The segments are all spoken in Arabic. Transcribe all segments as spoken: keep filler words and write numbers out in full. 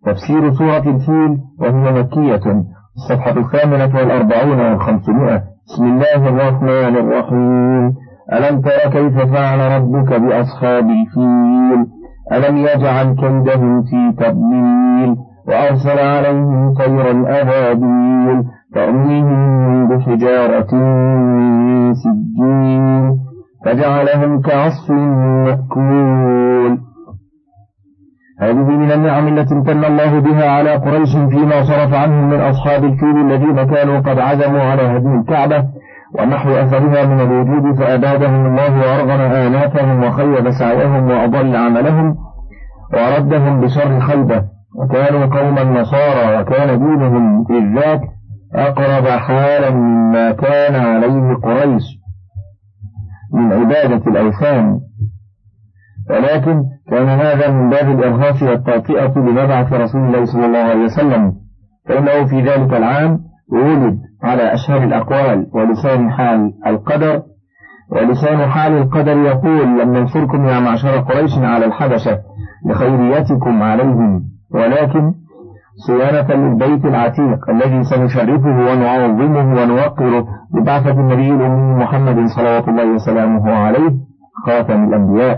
تفسير سورة الفيل وهي مكية، الصفحة الثامنة والأربعون والخمسمائة. بسم الله الرحمن الرحيم. ألم تر كيف فعل ربك بأصحاب الفيل ألم يجعل كيدهم في تضليل وأرسل عليهم طيرا أبابيل ترميهم بحجارة من سجيل فجعلهم كعصف مأكول. هذه من النعم التي امتن الله بها على قريش فيما صرف عنهم من أصحاب الفيل الذين كانوا قد عزموا على هدم الكعبة ونحو أثرها من الوجود، فأبادهم الله وأرغم آناتهم وخيب سعيهم وأضل عملهم وردهم بشر خيبة، وكانوا قوما نصارى، وكان دينهم بالذات أقرب حالا مما كان عليه قريش من عبادة الأوثان، ولكن كان هذا من باب الإرهاص والتوطئة لمبعث رسول الله صلى الله عليه وسلم، فإنه في ذلك العام ولد على أشهر الأقوال ولسان حال القدر. ولسان حال القدر يقول: لم ننصركم يا معشر قريش على الحبشة لخيريتكم عليهم، ولكن صيانة للبيت العتيق الذي سنشرفه ونعظمه ونوقره ببعثة النبي الأمي محمد صلوات الله وسلامه عليه خاتم الأنبياء.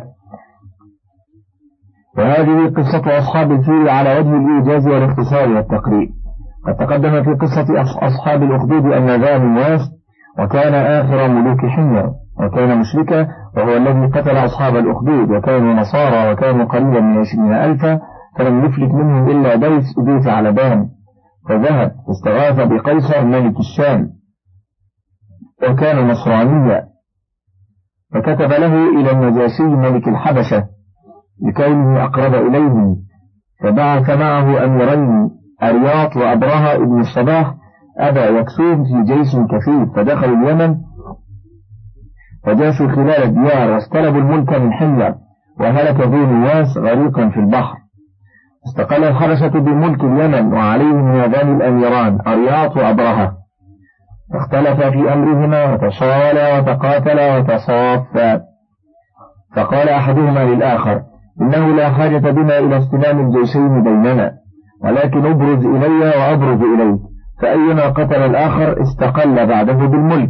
وهذه قصة أصحاب الفيل على وجه الإيجاز والاختصار والتقريب. قد تقدم في قصة أصحاب الأخدود أن ذا نواس وكان آخر ملوك حمير، وكان مشركا وهو الذي قتل أصحاب الأخدود، وكانوا نصارى وكانوا قريبا من عشرين ألفا، فلم يفلت منهم إلا ديس ديس علبان، فذهب استغاث بقيصر ملك الشام وكان نصرانيا، فكتب له إلى النجاشي ملك الحبشة لكونه أقرب إليهم، فبعث معه أميرين أرياط وأبرهة ابن الصباح أبا يكسوب في جيش كثير، فدخلوا اليمن فجاسوا خلال الديار واستلبوا الملك من حمير، وهلك ذو نواس غريقا في البحر. استقل الحبشة بملك اليمن وعليهم من هذان الأميران أرياط وأبرهة، فاختلفا في أمرهما وتصالا وتقاتلا وتصافا، فقال أحدهما للآخر: إنه لا حاجة بنا إلى اصطدام الجيشين بيننا، ولكن ابرز إلي وأبرز إليك، فأينا قتل الآخر استقل بعده بالملك.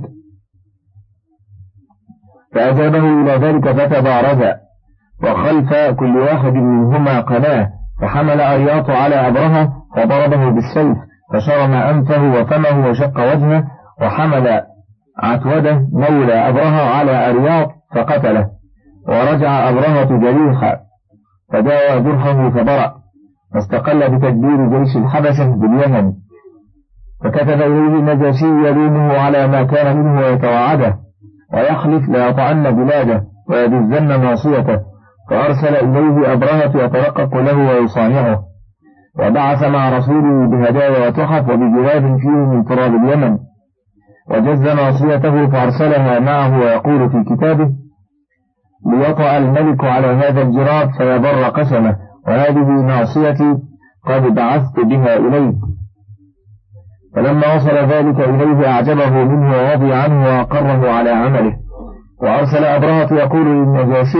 فأجابه إلى ذلك فتبارزا، وخلف كل واحد منهما قناه، فحمل أرياط على أبرهة فضربه بالسيف فشرم أنفه وفمه وشق وجهه، وحمل عتوده مولى أبرهة على أرياط فقتله، ورجع أبرهة جريحا فداوى جرحه فبرأ، واستقل بتدبير جيش الحبشة باليمن. فكتب إليه النجاشي يلومه على ما كان منه ويتوعده ويحلف ليطعن بلاده ويدزن ناصيته، فأرسل إليه أبرهة يترقق له ويصانعه، وبعث مع رسوله بهدايا وتحف وبجواب فيه من تراب اليمن، وجز ناصيته فأرسلها معه، ويقول في كتابه: ليطأ الملك على هذا الجراب فيبر قسمه، وهذه ناصيتي قد بعثت بها إليك. فلما وصل ذلك إليه أعجبه منه ووضي عنه وأقره على عمله، وأرسل أبرهة يقول للنجاشي: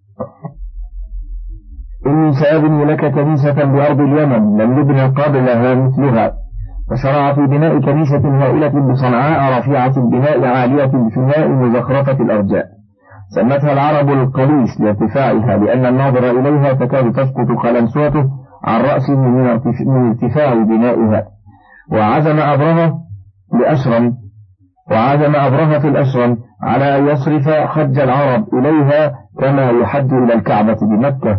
إني سأبني لك كنيسة بأرض اليمن لم يبنى قبلها مثلها، فشرع في بناء كنيسة هائلة بصنعاء رفيعة البناء عالية الفناء مزخرفة الأرجاء، سمتها العرب القليس لارتفاعها، لأن الناظر إليها تكاد تسقط قلنسوته عن رأسه من ارتفاع بنائها. وعزم أبرهة لأشرم وعزم أبرهة الأشرم على أن يصرف حج العرب إليها كما يحج إلى الكعبة بمكة،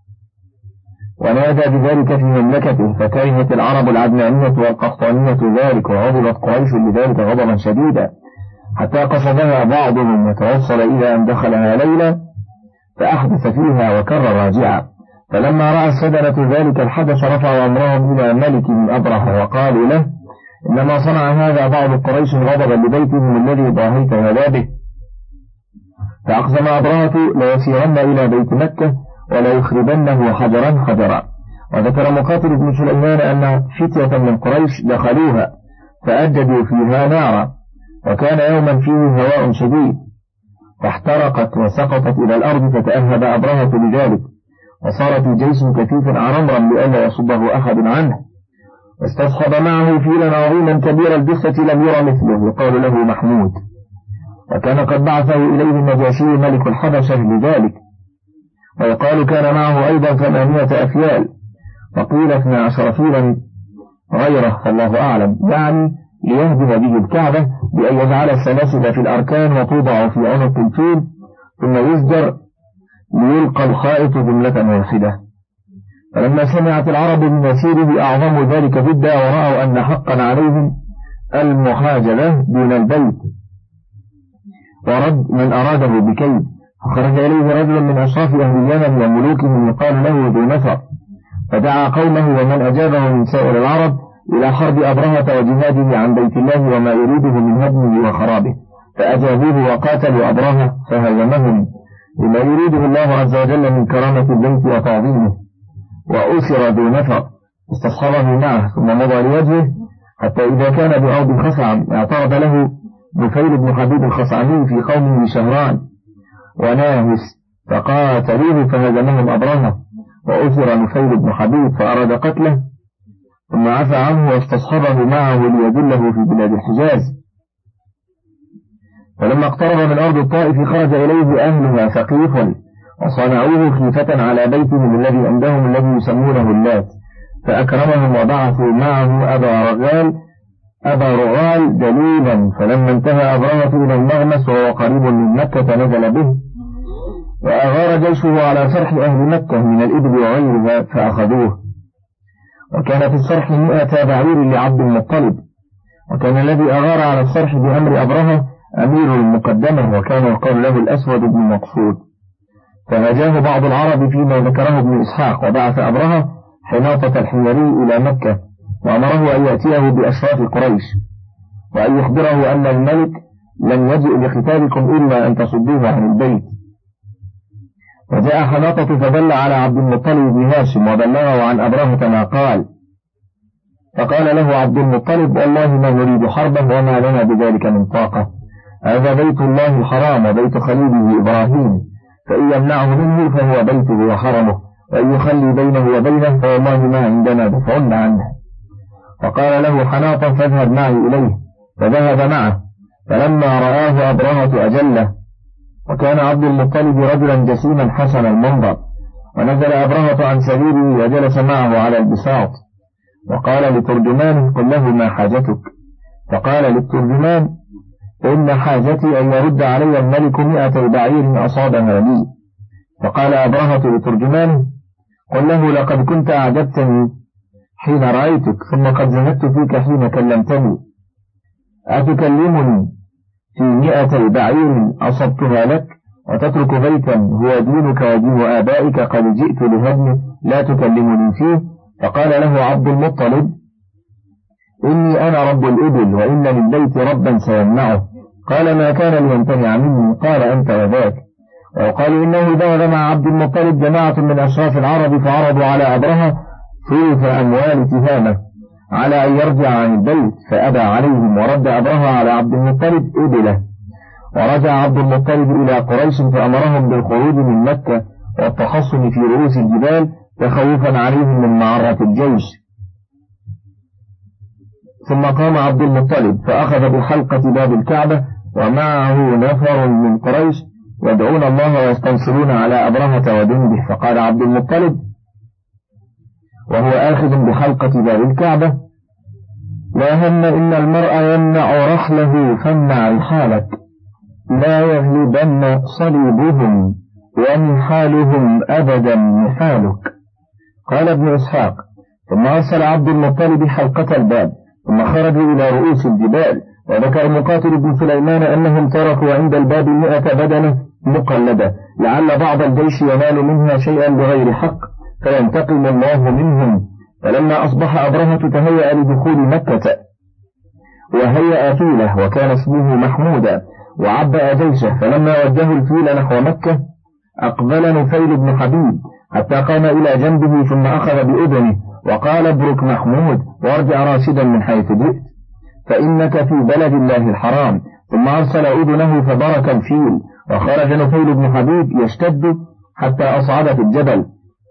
ونادى بذلك في مملكته، فكرهت العرب العدنانية والقحطانية ذلك، وغضبت قريش لذلك غضبا شديدا، حتى قصدها بعضهم وتوصل إلى أن دخلها ليلة فأحدث فيها وكر راجعا. فلما رأى السدنة ذلك الحدث رفعوا أمرهم إلى ملك من أبرهة وقالوا له: إنما صنع هذا بعض قريش غضبا لبيتهم الذي ضاهيت هذا به. فأقسم أبرهة ليسيرن إلى بيت مكة ولا يخربنه حجرا حجرا. وذكر مقاتل بن سليمان أن فتية من قريش دخلوها فأجدوا فيها نارا، وكان يوما فيه هواء شديد فاحترقت وسقطت إلى الأرض، فتأهب أبرهة لذلك، وصار في جيش كثيف عرمرا لئلا يصده أحد عنه. استصحب معه فيلا عظيما كبير الجثة لم ير مثله يقال له محمود، وكان قد بعثه إليه النجاشي ملك الحبشة لذلك، ويقال كان معه أيضا ثمانية أفيال، وقيل اثنى عشر فيلا غيره فالله أعلم، يعني ليهدم به الكعبة بأن يجعل السلاسل في الأركان وتوضع في عنق الفيل ثم يزجر ليلقى الخائط جملة واحدة. فلما سمعت العرب بمسيره أعظموا ذلك جدا، ورأوا أن حقا عليهم المحاجلة دون البيت ورد من أراده بكيد، فخرج إليه رجل من أشراف أهل اليمن وملوكهم يقال له ذو نفر، فدعا قومه ومن أجابه من سائر العرب إلى حرب أبرهة وجهاده عن بيت الله وما يريده من هدمه وخرابه، فأجابوه وقاتلوا أبرهة فهزمهم بما يريده الله عز وجل من كرامة البيت وتعظيمه. وأسر ذو نفر استصحبه معه ثم مضى لوجهه حتى إذا كان بأرض خثعم اعترض له نفيل بن حبيب الخثعمي في قومه شهران وناهس فقاتلوه فهزمهم أبرهة، وأسر نفيل بن حبيب فأراد قتله ثم عفى عنه واستصحبه معه ليدله في بلاد الحجاز. فلما اقترب من أرض الطائف خرج إليه أهلها ثقيف وصنعوه خيفة على بيتهم الذي عندهم الذي يسمونه اللات، فأكرمهم وبعثوا معه أبا رغال أبا رغال دليلا. فلما انتهى أبرهة إلى المغمس وهو قريب من مكة نزل به، وأغار جيشه على صرح أهل مكة من الإبل وغيرها فأخذوه، وكان في الصرح مئة بعير لعبد المطلب، وكان الذي أغار على الصرح بأمر أبرهة أمير المقدمة وكان يقال له الأسود بن مقصود. فهجاه بعض العرب فيما ذكره ابن إسحاق، وبعث أبرهة حناطة الحميري إلى مكة وأمره أن يأتيه بأشراف قريش وأن يخبره أن الملك لم يجئ لقتالكم إلا أن تصدوه عن البيت. وجاء حناطة فدل على عبد المطلب بن هاشم وبلغه عن أبرهة ما قال، فقال له عبد المطلب والله ما نريد حربا وما لنا بذلك من طاقة، هذا بيت الله الحرام وبيت خليله إبراهيم، فإن يمنعه منه فهو بيته وحرمه، وإن يخلي بينه وبينه فوالله ما عندنا دفع عنه. فقال له حناطة فاذهب معي إليه، فذهب معه، فلما رآه أبرهة أجله، وكان عبد المطلب رجلا جسيما حسن المنظر، ونزل أبرهة عن سريره وجلس معه على البساط، وقال لترجمانه قل له ما حاجتك، فقال للترجمان إن حاجتي أن يرد علي الملك مئة بعير أصابها لي. فقال أبرهة لترجمانه قل له لقد كنت أعجبتني حين رأيتك، ثم قد زهدت فيك حين كلمتني، أتكلمني في مئة بعير أصبتها لك وتترك بيتا هو دينك ودين آبائك قد جئت لهدمه لا تكلمني فيه؟ فقال له عبد المطلب إني أنا رب الإبل وإن للبيت ربا سيمنعه. قال ما كان ليمتنع مني؟ قال أنت وذاك. وقال إنه ذهب مع عبد المطلب جماعة من أشراف العرب فعرضوا على أبرهة ثلث أموال تهامة على أن يرجع عن البيت، فأبى عليهم ورد أبرهة على عبد المطلب إبله. ورجع عبد المطلب إلى قريش فأمرهم بالخروج من مكة والتحصن في رؤوس الجبال تخوفا عليهم من معرة الجيش. ثم قام عبد المطلب فأخذ بحلقة باب الكعبة ومعه نفر من قريش يدعون الله ويستنصرون على أبرهة وجنده. فقال عبد المطلب وهو آخذ بحلقة باب الكعبة لا هم إن المرء يمنع رحله فامنع رحالك، لا يغلبن صليبهم ونحالهم أبدا نحالك. قال ابن إسحاق ثم أرسل عبد المطلب حلقة الباب ثم خرجوا إلى رؤوس الجبال. وذكر مقاتل بن سليمان أنهم تركوا عند الباب مئة بدنة مقلدة لعل بعض الجيش ينال منها شيئا بغير حق فينتقم الله منهم. فلما أصبح أبرهة تهيأ لدخول مكة وهيأ فيله وكان اسمه محمودا وعبأ جيشه، فلما وجهوا الفيل نحو مكة أقبل نفيل بن حبيب حتى قام إلى جنبه ثم أخذ بأذنه وقال ابرك محمود وارجع راشدا من حيث جئت فإنك في بلد الله الحرام. ثم أرسل أذنه فبرك الفيل وخرج نفيل بن حبيب يشتد حتى أصعد في الجبل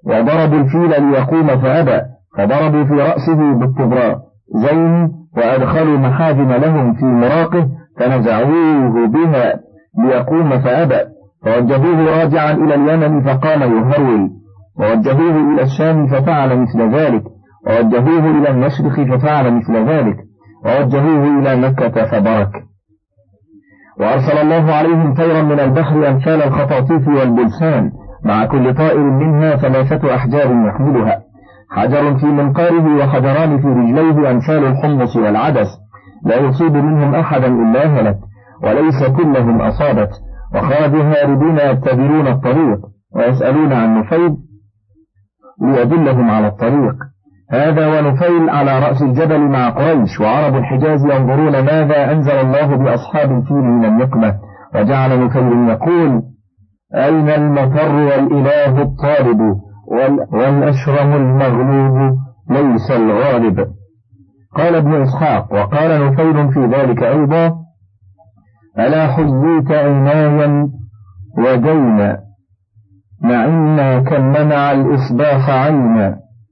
وضربوا الفيل ليقوم فأبى، فضربوا في رأسه بالطبراء زين، وأدخلوا محاجم لهم في مراقه فنزعوه بها ليقوم فأبى، فوجهوه راجعا إلى اليمن فقام يهرول، ووجهوه إلى الشام ففعل مثل ذلك، ووجهوه إلى المشرق ففعل مثل ذلك، ووجهوه إلى مكة فبرك. وأرسل الله عليهم طيرا من البحر أمثال الخطاطيف والبلسان، مع كل طائر منها ثلاثة أحجار يحملها، حجر في منقاره وحجران في رجليه أمثال الحمص والعدس، لا يصيب منهم أحدا إلا هلك، وليس كلهم أصابت. وخرجوا هاربين يتبعون الطريق ويسألون عن نفيل ليدلهم على الطريق. هذا ونفيل على رأس الجبل مع قريش، وعرب الحجاز ينظرون ماذا أنزل الله بأصحاب الفيل من النقمة. وجعل نفيل يقول: أين المفر والإله الطالب، والأشرم المغلوب ليس الغالب. قال ابن إسحاق: وقال نفيل في ذلك أيضا: ألا حييت عنايا ودينا، نعنا كم منع الإصباح عينا،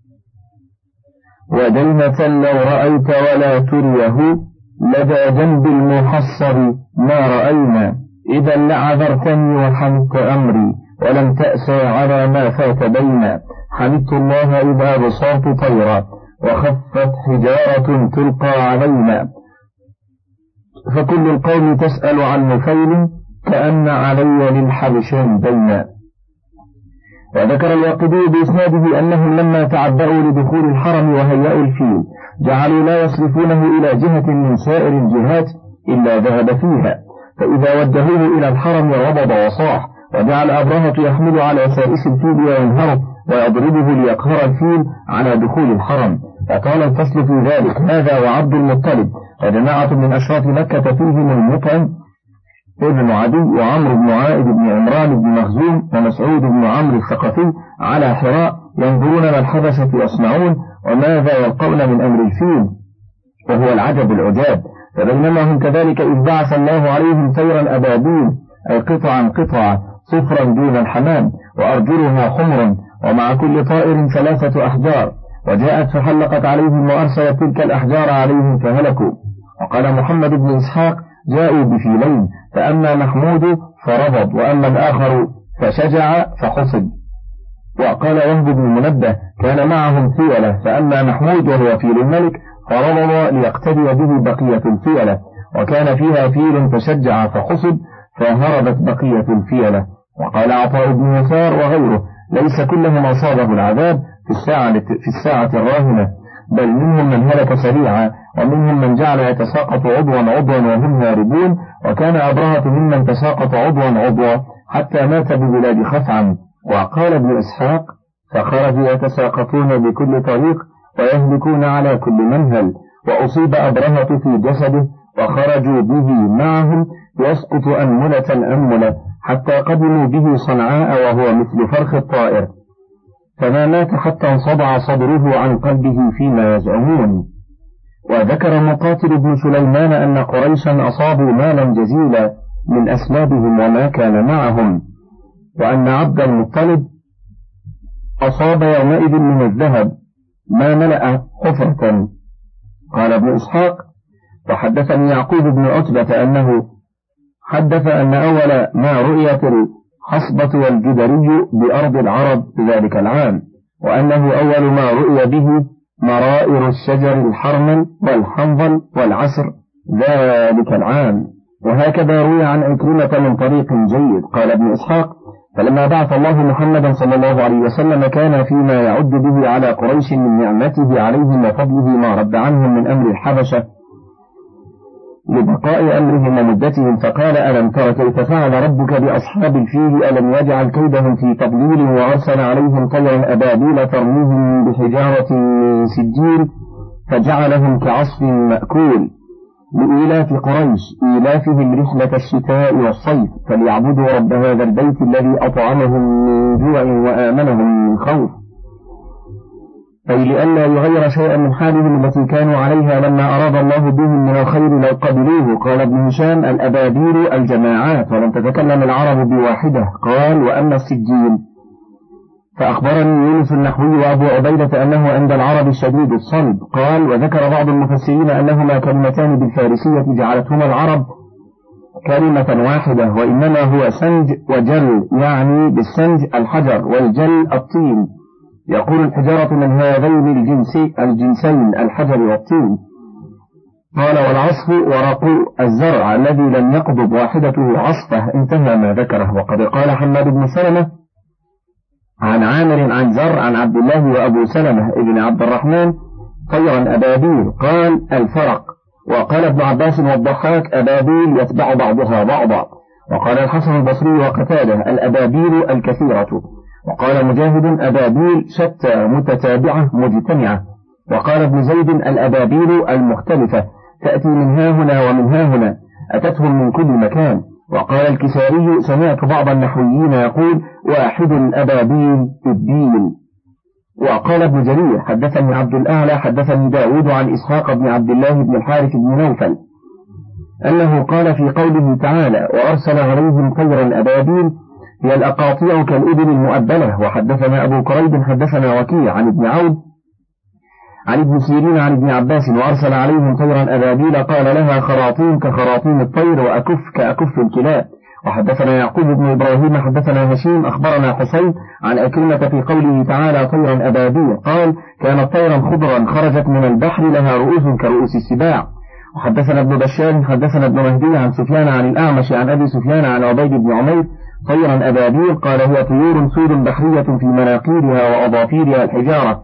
ودينة لو رأيت ولا تريه، لدى جنب المحصر ما رأينا، إذا لعذرتني وحمدت أمري، ولم تأسى على ما فات بينا، حمدت الله إذا بساط طيرا، وخفت حجارة تلقى علينا، فكل القوم تسأل عن نفيل، كأن علي للحبشين بينا. وذكر الواقدي بإسناده أنهم لما تعبأوا لدخول الحرم وهيئوا الفيل جعلوا لا يصرفونه إلى جهة من سائر الجهات إلا ذهب فيها، فإذا وجهوه إلى الحرم ربض وصاح، وجعل أبرهة يحمل على سائس الفيل وينهره ويضربه ليقهر الفيل على دخول الحرم. فقال الفصل في ذلك: هذا وعبد المطلب وجماعة من أشراف مكة فيهم المطعم ابن عدي وعمرو بن عائد بن عمران بن مخزوم ومسعود بن عمرو الثقفي على حراء، ينظرون ما الحبشة يصنعون وماذا يلقون من أمر الفيل، وهو العجب العجاب. فبينما هم كذلك إذ بعث الله عليهم طيرا أبابيل، أي قطعا قطعا صفرا دون الحمام، وأرجلها حمر، ومع كل طائر ثلاثة أحجار، وجاءت فحلقت عليهم وأرسلت تلك الأحجار عليهم فهلكوا. وقال محمد بن إسحاق: جاءوا بفيلين، فأما محمود فرفض، وأما الآخر فشجع فحصد. وقال وهب بن منبه: كان معهم فيلة، فأما محمود وهو فيل الملك فرفض ليقتدي به بقية الفيلة، وكان فيها فيل فشجع فحصد، فهربت بقية الفيلة. وقال عطاء بن يسار وغيره: ليس كلهم أصابه العذاب في الساعة, في الساعة الراهنة، بل منهم من هلك سريعا، ومنهم من جعل يتساقط عضوا عضوا وهم هاربون، وكان أبرهة ممن تساقط عضوا عضوا حتى مات ببلاد خثعم. وقال ابن إسحاق: فخرجوا يتساقطون بكل طريق ويهلكون على كل منهل، وأصيب أبرهة في جسده وخرجوا به معهم يسقط أنملة أنملة حتى قدموا به صنعاء وهو مثل فرخ الطائر، فما مات حتى انصدع صدره عن قلبه فيما يزعمون. وذكر مقاتل بن سليمان أن قريشا أصابوا مالا جزيلا من أسلابهم وما كان معهم، وأن عبد المطلب أصاب يومئذ من الذهب ما ملأ حفرة. قال ابن إسحاق: وحدثني يعقوب بن عتبة أنه حدث أن أول ما رؤيت الحصبة والجدري بأرض العرب ذلك العام، وأنه أول ما رؤي به مرائر الشجر الحرمل والحنظل والعسر ذلك العام. وهكذا روي عن عكرمة من طريق جيد. قال ابن إسحاق: فلما بعث الله محمدا صلى الله عليه وسلم كان فيما يعد به على قريش من نعمته عليهم وفضله ما رد عنهم من أمر الحبشة لبقاء أمرهم ومدتهم، فقال: ألم تر كيف فعل ربك بأصحاب الفيل، ألم يجعل كيدهم في تضليل، وأرسل عليهم طيرا أبابيل ترميهم بحجارة من سجيل فجعلهم كعصف مأكول. لإيلاف قريش إيلافهم رحلة الشتاء والصيف، فليعبدوا رب هذا البيت الذي أطعمهم من جوع وآمنهم من خوف، أي لئلا يغير شيئا من حالهم التي كانوا عليها لما أراد الله بهم من الخير لو قبلوه. قال ابن هشام: الأبابيل الجماعات، ولم تتكلم العرب بواحدة. قال: وأما السجين فأخبرني يونس النحوي وأبو عبيدة أنه عند العرب الشديد الصلب. قال: وذكر بعض المفسرين أنهما كلمتان بالفارسية جعلتهما العرب كلمة واحدة، وإنما هو سنج وجل، يعني بالسنج الحجر والجل الطين. يقول: الحجارة من هذين الجنس الجنسين الحجر والطين. قال: والعصف ورق الزرع الذي لم يقبض واحدته عصفه. انتهى ما ذكره. وقد قال حماد بن سلمة عن عامر عن زر عن عبد الله وأبو سلمة ابن عبد الرحمن طيرا أبابيل، قال: الفرق. وقال ابن عباس والضحاك: أبابيل يتبع بعضها بعضا. وقال الحسن البصري وقتاده: الأبابيل الكثيرة. وقال مجاهد: أبابيل شتى متتابعة مجتمعة. وقال ابن زيد: الأبابيل المختلفة تأتي من ها هنا ومن ها هنا، أتتهم من كل مكان. وقال الكسائي: سمعت بعض النحويين يقول: واحد الأبابيل الدين. وقال ابن جرير: حدثني عبد الأعلى حدثني داود عن إسحاق بن عبد الله بن الحارث بن نوفل أنه قال في قوله تعالى: وأرسل عليهم طيرا أبابيل، هي الأقاطيع كالإبل المؤبلة. وحدثنا أبو كريب حدثنا وكيع عن ابن عون عن ابن سيرين عن ابن عباس: وأرسل عليهم طيرا أبابيل قال لها خراطيم كخراطيم الطير وأكف كأكف الكلاب. وحدثنا يعقوب بن إبراهيم حدثنا هشيم أخبرنا حسين عن أكرمة في قوله تعالى: طيرا أبابيل، قال: كانت طيرا خضرا خرجت من البحر لها رؤوس كرؤوس السباع. وحدثنا ابن بشار حدثنا ابن مهدي عن سفيان عن الأعمش عن أبي سفيان عن عبيد بن عمير طيرا أبابيل، قال: هي طيور سود بحرية في مناقيرها وأظافيرها الحجارة.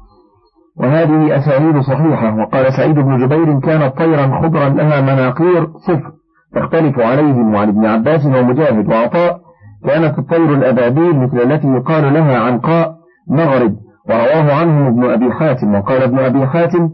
وهذه أسانيد صحيحة. وقال سعيد بن جبير: كانت طيرا خضرا لها مناقير صفر تختلف عليهم. وعن ابن عباس ومجاهد وعطاء: كانت الطير الأبابيل مثل التي يقال لها عنقاء مغرب. ورواه عنهم ابن أبي حاتم. وقال ابن أبي حاتم: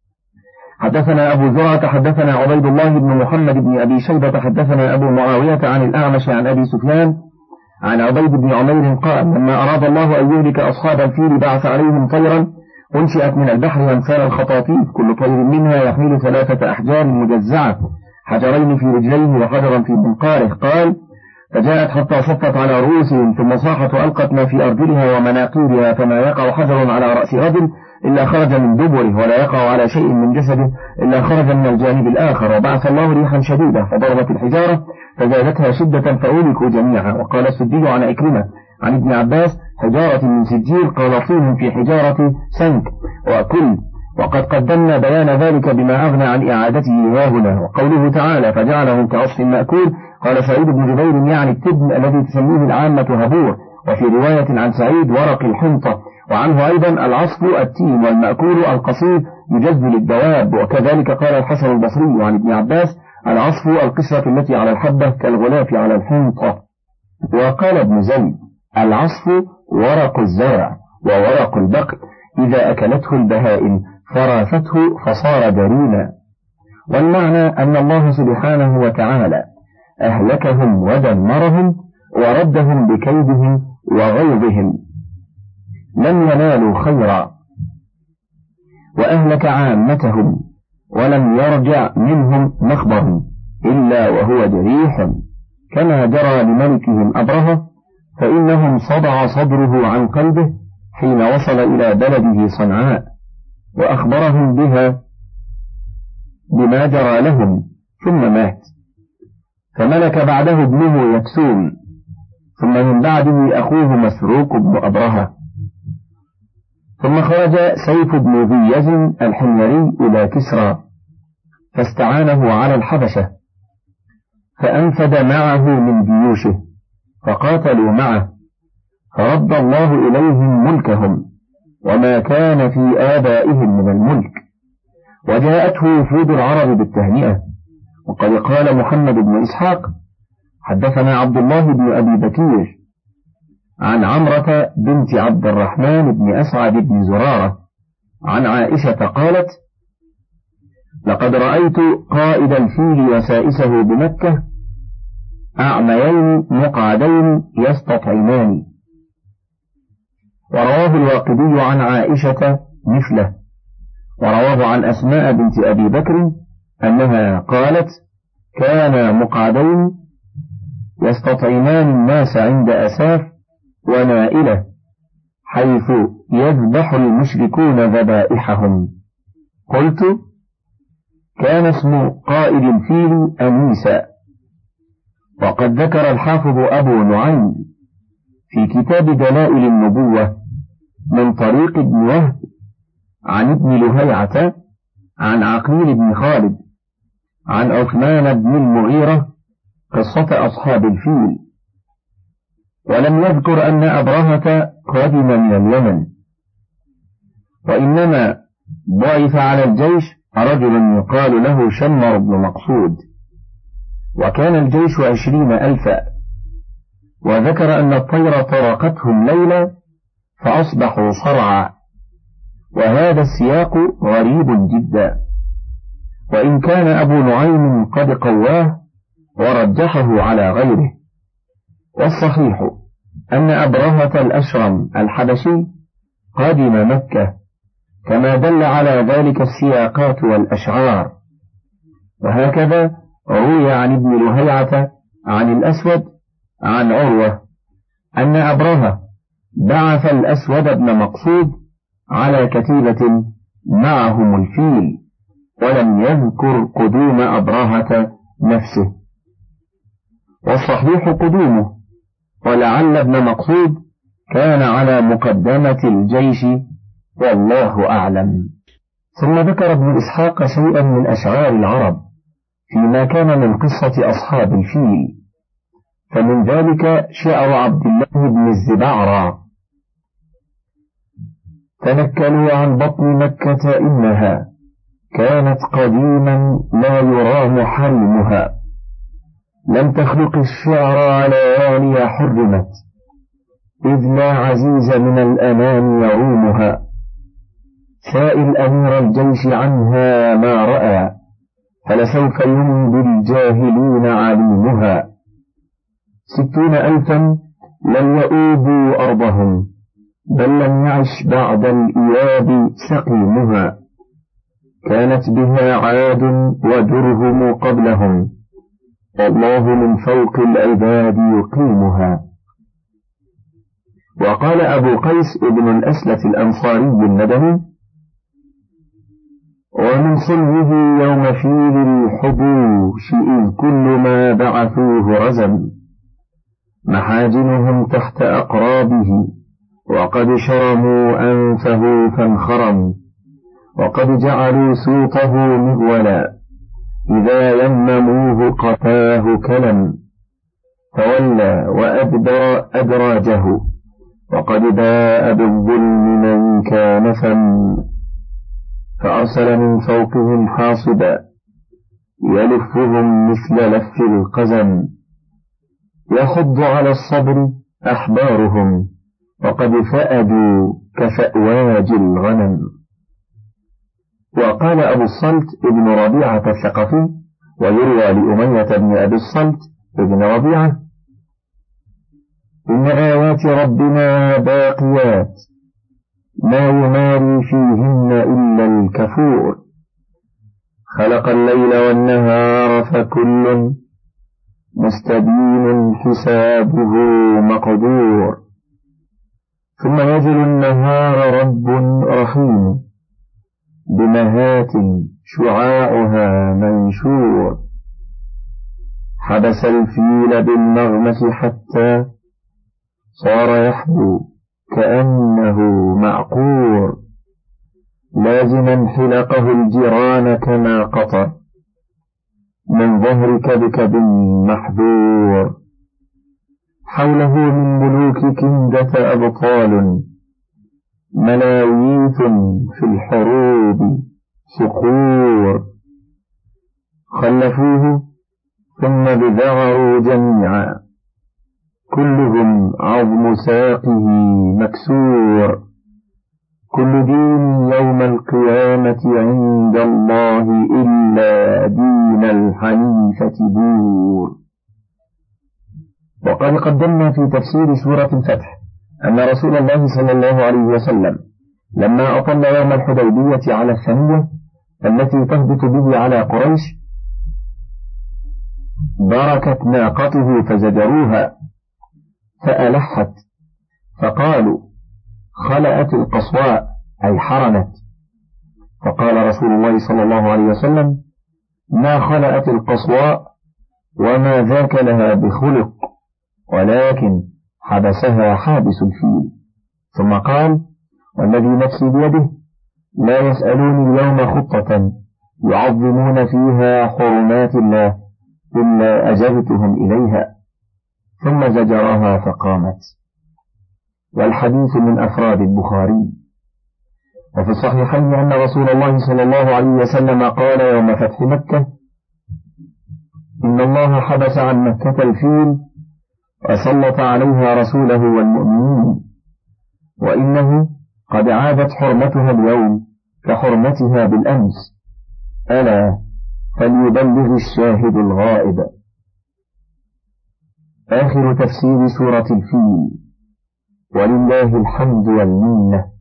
حدثنا أبو زرعة حدثنا عبيد الله بن محمد بن أبي شيبة حدثنا أبو معاوية عن الأعمش عن أبي سفيان عن عبيد بن عمير قال: لما أراد الله أن يهلك أصحاب الفيل بعث عليهم طيرا أنشئت من البحر أمثال الخطاطيف، كل طير منها يحمل ثلاثة أحجار مجزعة، حجرين في رجليه وحجرا في منقاره. قال: فجاءت حتى صفت على رؤوسهم، ثم صاحت وألقت ما في أرجلها ومناقيرها، فما يقع حجر على رأس رجل إلا خرج من دبره، ولا يقع على شيء من جسده إلا خرج من الجانب الآخر. وبعث الله ريحا شديدة فضربت الحجارة فزادتها شدة فأولكوا جميعا. وقال السدي عن عكرمة عن ابن عباس: حجارة من سجيل، قال: طين في حجارة سنك وكل. وقد قدمنا بيان ذلك بما أغنى عن إعادته هاهنا. وقوله تعالى: فجعلهم كعصف مأكول، قال سعيد بن جبير: يعني التبن الذي تسميه العامة هبور. وفي رواية عن سعيد: ورق الحنطة. وعنه أيضا: العصف التين، والمأكول القصير يجز للدواب. وكذلك قال الحسن البصري عن ابن عباس: العصف القشرة التي على الحبة كالغلاف على الحنطة. وقال ابن زيد: العصف ورق الزرع وورق البقل، إذا أكلته البهائم فرافته فصار درينا. والمعنى أن الله سبحانه وتعالى أهلكهم ودمرهم وردهم بكيدهم وغيظهم، لم ينالوا خيرا، وأهلك عامتهم، ولم يرجع منهم مخبر إلا وهو جريح، كما جرى لملكهم أبرهة، فإنهم صدع صدره عن قلبه حين وصل إلى بلده صنعاء، وأخبرهم بها بما جرى لهم، ثم مات. فملك بعده ابنه يكسوم، ثم من بعده أخوه مسروق بن أبرهة، ثم خرج سيف بن ذي يزن الحميري إلى كسرى فاستعانه على الحبشة، فأنفد معه من جيوشه فقاتلوا معه، فرد الله إليهم ملكهم وما كان في آبائهم من الملك، وجاءته وفود العرب بالتهنئة. وقد قال محمد بن إسحاق: حدثنا عبد الله بن أبي بكير عن عمرة بنت عبد الرحمن بن أسعد بن زرارة عن عائشة قالت: لقد رأيت قائد الفيل وسائسه بمكة أعميين مقعدين يستطعمان. ورواه الواقدي عن عائشة مثله. ورواه عن أسماء بنت أبي بكر أنها قالت: كان مقعدين يستطعمان الناس عند أساف ونائلة، حيث يذبح المشركون ذبائحهم. قلت: كان اسم قائد الفيل أنيسا. وقد ذكر الحافظ أبو نعيم في كتاب دلائل النبوة من طريق ابن وهب عن ابن لهيعة عن عقيل بن خالد عن عثمان بن المغيرة قصة أصحاب الفيل، ولم يذكر أن أبرهة قادم من اليمن، وإنما ضعف على الجيش رجل يقال له شمر بن مقصود، وكان الجيش عشرين ألفا. وذكر أن الطير طرقتهم ليلا فأصبحوا صرعا، وهذا السياق غريب جدا، وإن كان أبو نعيم قد قواه ورجحه على غيره. والصحيح أن أبرهة الأشرم الحبشي قادم مكة، كما دل على ذلك السياقات والأشعار. وهكذا روي عن ابن لهيعة عن الأسود عن عروة أن أبرهة بعث الأسود بن مقصود على كتيبة معهم الفيل، ولم يذكر قدوم أبرهة نفسه، والصحيح قدومه، ولعل ابن مقصود كان على مقدمة الجيش، والله أعلم. ثم ذكر ابن إسحاق شيئا من أشعار العرب فيما كان من قصة أصحاب الفيل، فمن ذلك شعر عبد الله بن الزبعرى: تنكلوا عن بطن مكة إنها كانت قديما لا يرام حريمها، لم تخلق الشعر على آلية حرمت، إذ لا عزيز من الأمان يرومها، سائل أمير الجيش عنها ما رأى، فلسوف ينبي الجاهلين عليمها، ستون ألفا لم يؤوبوا أرضهم، بل لم يعش بعد الإياب سقيمها، كانت بها عاد ودرهم قبلهم، والله من فوق العباد يقيمها. وقال أبو قيس ابن الأسلة الأنصاري المدني: ومن صلبه يوم فيل الحبوش إذ كل ما بعثوه رزم، محاجنهم تحت أقرابه وقد شرموا أنفه فانخرم، وقد جعلوا سوطه مغولا إذا يمموه قفاه كلم، تولى وأدبر أدراجه وقد باء بالظلم من كان ثم، فأرسل من فوقهم حاصبا يلفهم مثل لف القزم، يحض على الصبر أحبارهم وقد فأدوا كفأواج الغنم. وقال أبو الصلت ابن ربيعة الثقفي، ويروى لأمية بن أبي الصلت ابن ربيعة: إن آيات ربنا باقيات ما يماري فيهن إلا الكفور، خلق الليل والنهار فكل مستبين حسابه مقدور، ثم يجل النهار رب رحيم بمهات شعاعها منشور، حبس الفيل بالمغمس حتى صار يحبو كأنه معقور، لازما حلقه الجيران كما قطر من ظهر كبكب محذور، حوله من ملوك كندة أبطال ملاويث في الحروب صقور، خلفوه ثم بذعروا جميعا كلهم عظم ساقه مكسور، كل دين يوم القيامة عند الله إلا دين الحنيفة بور. وقد قدمنا في تفسير سورة الفتح أن رسول الله صلى الله عليه وسلم لما أطل يوم الحديبية على الثنية التي تهبط به على قريش بركت ناقته فزجروها فألحت، فقالوا: خلأت القصواء أي حرمت. فقال رسول الله صلى الله عليه وسلم: ما خلأت القصواء وما ذاك لها بخلق، ولكن حبسها حابس الفيل. ثم قال: والذي نفسي بيده لا يسألوني اليوم خطة يعظمون فيها حرمات الله إلا أجبتهم إليها. ثم زجرها فقامت. والحديث من أفراد البخاري. وفي الصحيحين أن رسول الله صلى الله عليه وسلم قال يوم فتح مكة: إن الله حبس عن مكة الفيل وسلط عليها رسوله والمؤمنين، وإنه قد عادت حرمتها اليوم كحرمتها بالأمس، ألا فليبلغ الشاهد الغائب. آخر تفسير سورة الفيل، ولله الحمد والمنة.